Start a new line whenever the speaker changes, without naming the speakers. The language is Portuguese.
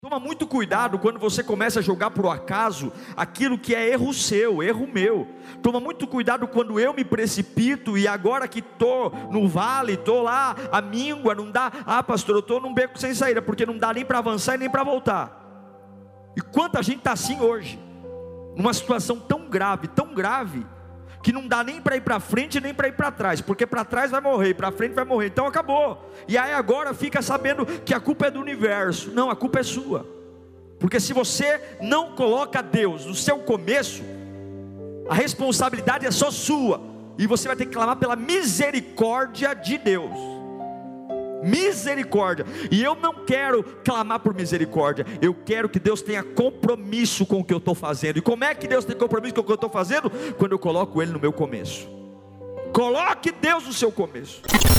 Toma muito cuidado quando você começa a jogar por acaso aquilo que é erro seu, erro meu. Toma muito cuidado quando eu me precipito e agora que estou no vale, estou lá, a míngua, não dá. Ah, pastor, eu estou num beco sem saída, porque não dá nem para avançar e nem para voltar. E quanta gente está assim hoje, numa situação tão grave, que não dá nem para ir para frente nem para ir para trás, porque para trás vai morrer, para frente vai morrer, então acabou. E aí agora fica sabendo que a culpa é do universo. Não, a culpa é sua, porque se você não coloca Deus no seu começo, a responsabilidade é só sua, e você vai ter que clamar pela misericórdia de Deus. Misericórdia. E eu não quero clamar por misericórdia, eu quero que Deus tenha compromisso com o que eu estou fazendo. E como é que Deus tem compromisso com o que eu estou fazendo? Quando eu coloco Ele no meu começo. Coloque Deus no seu começo.